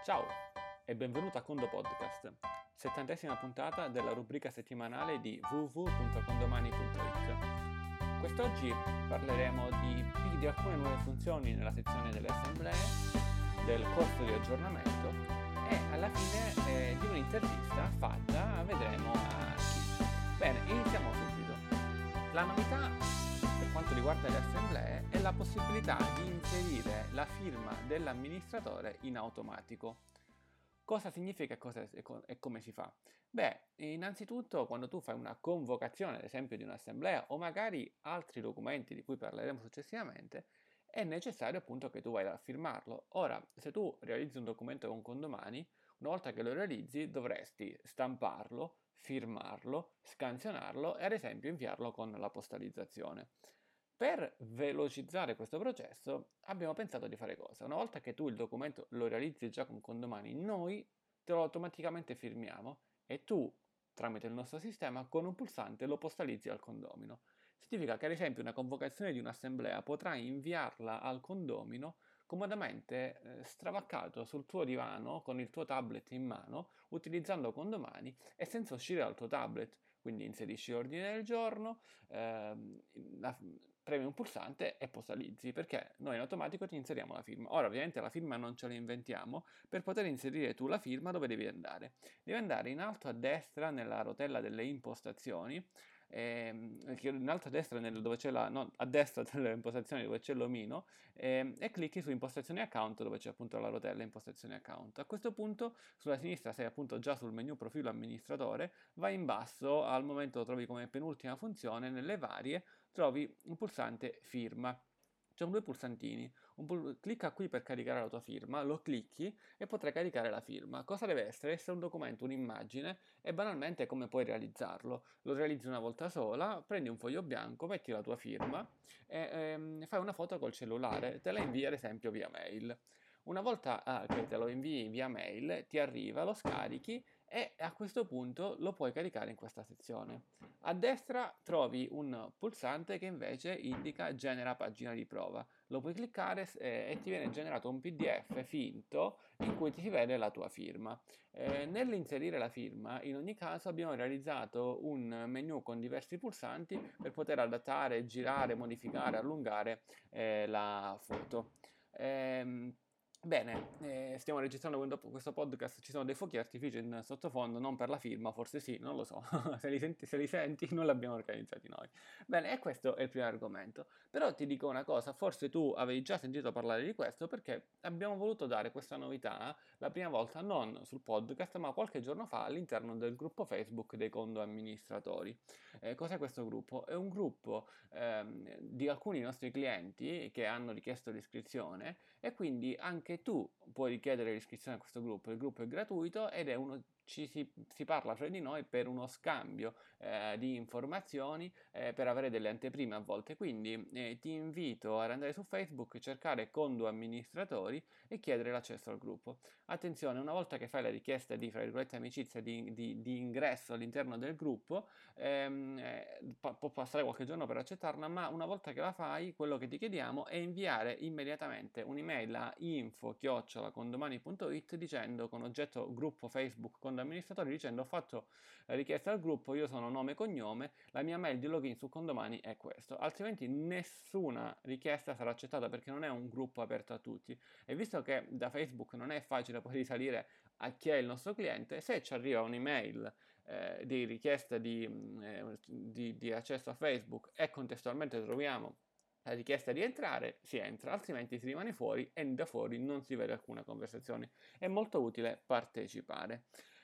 Ciao e benvenuto a Condo Podcast, 70ª puntata della rubrica settimanale di www.condomani.it. Quest'oggi parleremo di alcune nuove funzioni nella sezione delle assemblee, del corso di aggiornamento e alla fine di un'intervista fatta, vedremo a chi. Bene, iniziamo subito. La novità per quanto riguarda le assemblee è la possibilità di inserire la firma dell'amministratore in automatico. Cosa significa e come si fa? Beh, innanzitutto quando tu fai una convocazione, ad esempio, di un'assemblea o magari altri documenti di cui parleremo successivamente, è necessario appunto che tu vai a firmarlo. Ora, se tu realizzi un documento con Condomani, una volta che lo realizzi dovresti stamparlo, firmarlo, scansionarlo e ad esempio inviarlo con la postalizzazione. Per velocizzare questo processo abbiamo pensato di fare cosa? Una volta che tu il documento lo realizzi già con Condomani, noi te lo automaticamente firmiamo e tu, tramite il nostro sistema, con un pulsante lo postalizzi al condomino. Significa che ad esempio una convocazione di un'assemblea potrai inviarla al condomino comodamente stravaccato sul tuo divano con il tuo tablet in mano, utilizzando Condomani e senza uscire dal tuo tablet. Quindi inserisci l'ordine del giorno, premi un pulsante e postalizzi, perché noi in automatico ti inseriamo la firma. Ora ovviamente la firma non ce la inventiamo, per poter inserire tu la firma dove devi andare? Devi andare in alto a destra nella rotella delle impostazioni, in alto a destra dove c'è a destra delle impostazioni dove c'è l'omino, e clicchi su impostazioni account dove c'è appunto la rotella impostazioni account. A questo punto sulla sinistra sei appunto già sul menu profilo amministratore, vai in basso, al momento lo trovi come penultima funzione, nelle varie trovi un pulsante firma. C'è due pulsantini, clicca qui per caricare la tua firma, lo clicchi e potrai caricare la firma. Cosa deve essere? Essere un documento, un'immagine e banalmente come puoi realizzarlo. Lo realizzi una volta sola, prendi un foglio bianco, metti la tua firma e fai una foto col cellulare, te la invii ad esempio via mail. Una volta che te lo invii via mail, ti arriva, lo scarichi e a questo punto lo puoi caricare in questa sezione. A destra trovi un pulsante che invece indica genera pagina di prova. Lo puoi cliccare e ti viene generato un PDF finto in cui ti si vede la tua firma. Nell'inserire la firma, in ogni caso abbiamo realizzato un menu con diversi pulsanti per poter adattare, girare, modificare, allungare la foto. Bene, stiamo registrando questo podcast, ci sono dei fuochi artifici in sottofondo, non per la firma, forse sì, non lo so, se li senti non li abbiamo organizzati noi. Bene, e questo è il primo argomento. Però ti dico una cosa, forse tu avevi già sentito parlare di questo perché abbiamo voluto dare questa novità la prima volta non sul podcast, ma qualche giorno fa all'interno del gruppo Facebook dei condo amministratori. Cos'è questo gruppo? È un gruppo di alcuni nostri clienti che hanno richiesto l'iscrizione e quindi anche tu puoi richiedere l'iscrizione a questo gruppo. Il gruppo è gratuito ed è si parla fra di noi per uno scambio di informazioni, per avere delle anteprime a volte. Quindi ti invito ad andare su Facebook, cercare Condo Amministratori e chiedere l'accesso al gruppo. Attenzione, una volta che fai la richiesta di, fra virgolette, amicizia, di ingresso all'interno del gruppo, può passare qualche giorno per accettarla, ma una volta che la fai, quello che ti chiediamo è inviare immediatamente un'email a info@condomani.it dicendo, con oggetto gruppo Facebook Condo Amministratori, dicendo: ho fatto la richiesta al gruppo, io sono nome e cognome, la mia mail di login su Condomani è questo, altrimenti nessuna richiesta sarà accettata perché non è un gruppo aperto a tutti. E visto che da Facebook non è facile poi risalire a chi è il nostro cliente, se ci arriva un'email di richiesta di accesso a Facebook e contestualmente troviamo la richiesta di entrare, si entra, altrimenti si rimane fuori e da fuori non si vede alcuna conversazione. È molto utile partecipare.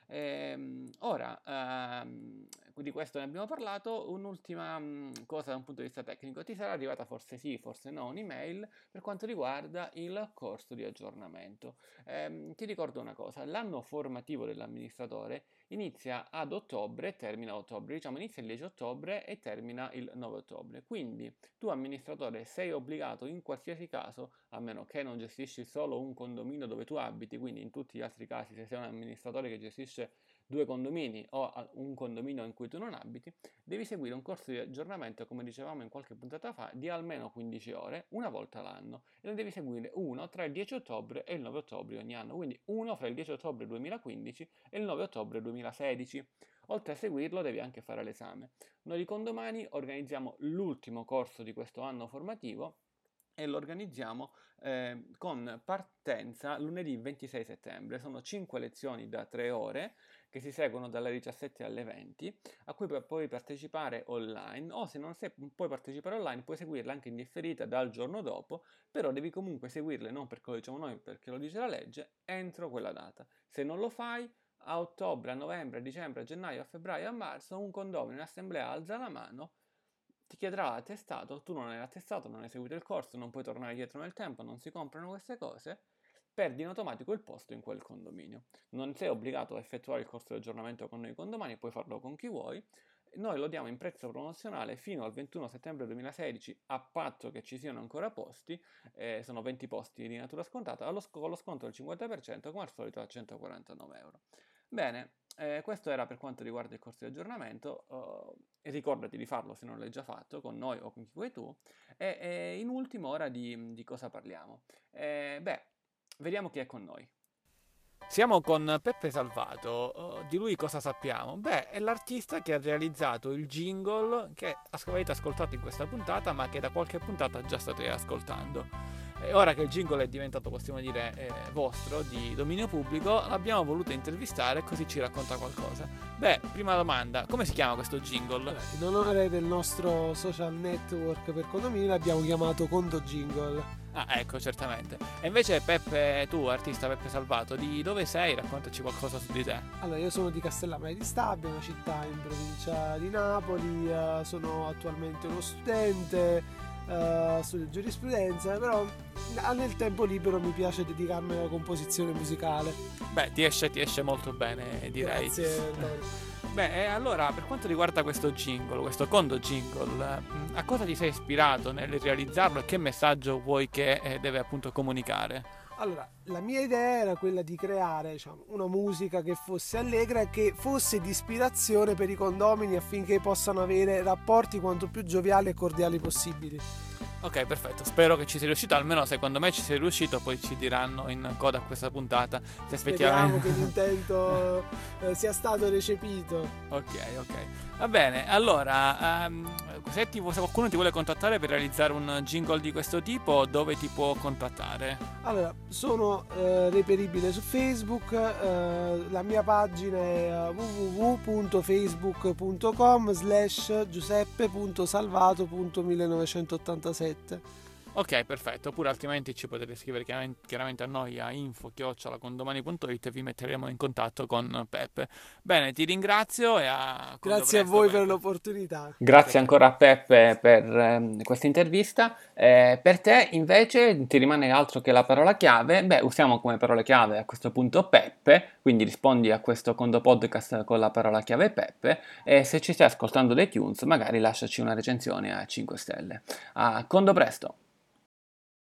Di questo ne abbiamo parlato. Un'ultima cosa da un punto di vista tecnico: ti sarà arrivata, forse sì, forse no, un'email per quanto riguarda il corso di aggiornamento. Ti ricordo una cosa: l'anno formativo dell'amministratore inizia ad ottobre e termina a ottobre, diciamo inizia il 10 ottobre e termina il 9 ottobre, quindi tu amministratore sei obbligato in qualsiasi caso, a meno che non gestisci solo un condominio dove tu abiti, quindi in tutti gli altri casi se sei un amministratore che gestisce gestisce 2 condomini o un condominio in cui tu non abiti, devi seguire un corso di aggiornamento, come dicevamo in qualche puntata fa, di almeno 15 ore, una volta l'anno, e lo devi seguire uno tra il 10 ottobre e il 9 ottobre ogni anno, quindi uno fra il 10 ottobre 2015 e il 9 ottobre 2016. Oltre a seguirlo devi anche fare l'esame. Noi di Condomani organizziamo l'ultimo corso di questo anno formativo e lo organizziamo con partenza lunedì 26 settembre. Sono 5 lezioni da 3 ore che si seguono dalle 17 alle 20, a cui puoi partecipare online, o se non puoi partecipare online puoi seguirle anche in differita dal giorno dopo, però devi comunque seguirle non perché lo diciamo noi, perché lo dice la legge, entro quella data. Se non lo fai, a ottobre, a novembre, a dicembre, a gennaio, a febbraio, a marzo, un condomino in assemblea alza la mano, ti chiederà l'attestato, tu non hai l'attestato, non hai seguito il corso, non puoi tornare dietro nel tempo, non si comprano queste cose, perdi in automatico il posto in quel condominio. Non sei obbligato a effettuare il corso di aggiornamento con noi condomani, puoi farlo con chi vuoi. Noi lo diamo in prezzo promozionale fino al 21 settembre 2016, a patto che ci siano ancora posti, sono 20 posti di natura scontata, con lo sconto del 50%, come al solito a 149 euro. Bene, questo era per quanto riguarda il corso di aggiornamento, e ricordati di farlo se non l'hai già fatto, con noi o con chi vuoi tu, e in ultimo ora di cosa parliamo. Vediamo chi è con noi. Siamo con Peppe Salvato. Di lui cosa sappiamo? Beh, è l'artista che ha realizzato il jingle che avete ascoltato in questa puntata, ma che da qualche puntata già state ascoltando. E ora che il jingle è diventato, possiamo dire, vostro, di dominio pubblico, l'abbiamo voluto intervistare, così ci racconta qualcosa. Beh, prima domanda, come si chiama questo jingle? In onore del nostro social network per condomini l'abbiamo chiamato Condo Jingle. Ah, ecco, certamente. E invece Peppe, tu, artista Peppe Salvato, di dove sei? Raccontaci qualcosa su di te. Allora, io sono di Castellammare di Stabia, una città in provincia di Napoli, sono attualmente uno studente, studio giurisprudenza, però nel tempo libero mi piace dedicarmi alla composizione musicale. Beh, ti esce molto bene, direi. Grazie, Antonio. Beh, allora, per quanto riguarda questo jingle, questo Condo Jingle, a cosa ti sei ispirato nel realizzarlo e che messaggio vuoi che deve appunto comunicare? Allora, la mia idea era quella di creare, diciamo, una musica che fosse allegra e che fosse di ispirazione per i condomini affinché possano avere rapporti quanto più gioviali e cordiali possibili. Ok, perfetto, spero che ci sia riuscito, almeno secondo me ci sei riuscito, poi ci diranno in coda a questa puntata se Speriamo effettivamente... che l'intento sia stato recepito. Ok, va bene, allora, se qualcuno ti vuole contattare per realizzare un jingle di questo tipo, dove ti può contattare? Allora, sono reperibile su Facebook, la mia pagina è www.facebook.com/giuseppe.salvato.1987. Ok, perfetto, oppure altrimenti ci potete scrivere chiaramente a noi a info@condomani.it e vi metteremo in contatto con Peppe. Bene, ti ringrazio e Grazie a voi per l'opportunità. Grazie ancora a Peppe per questa intervista. Per te invece ti rimane altro che la parola chiave? Beh, usiamo come parola chiave a questo punto Peppe, quindi rispondi a questo Condo Podcast con la parola chiave Peppe, e se ci stai ascoltando da iTunes magari lasciaci una recensione a 5 stelle. A Condo presto!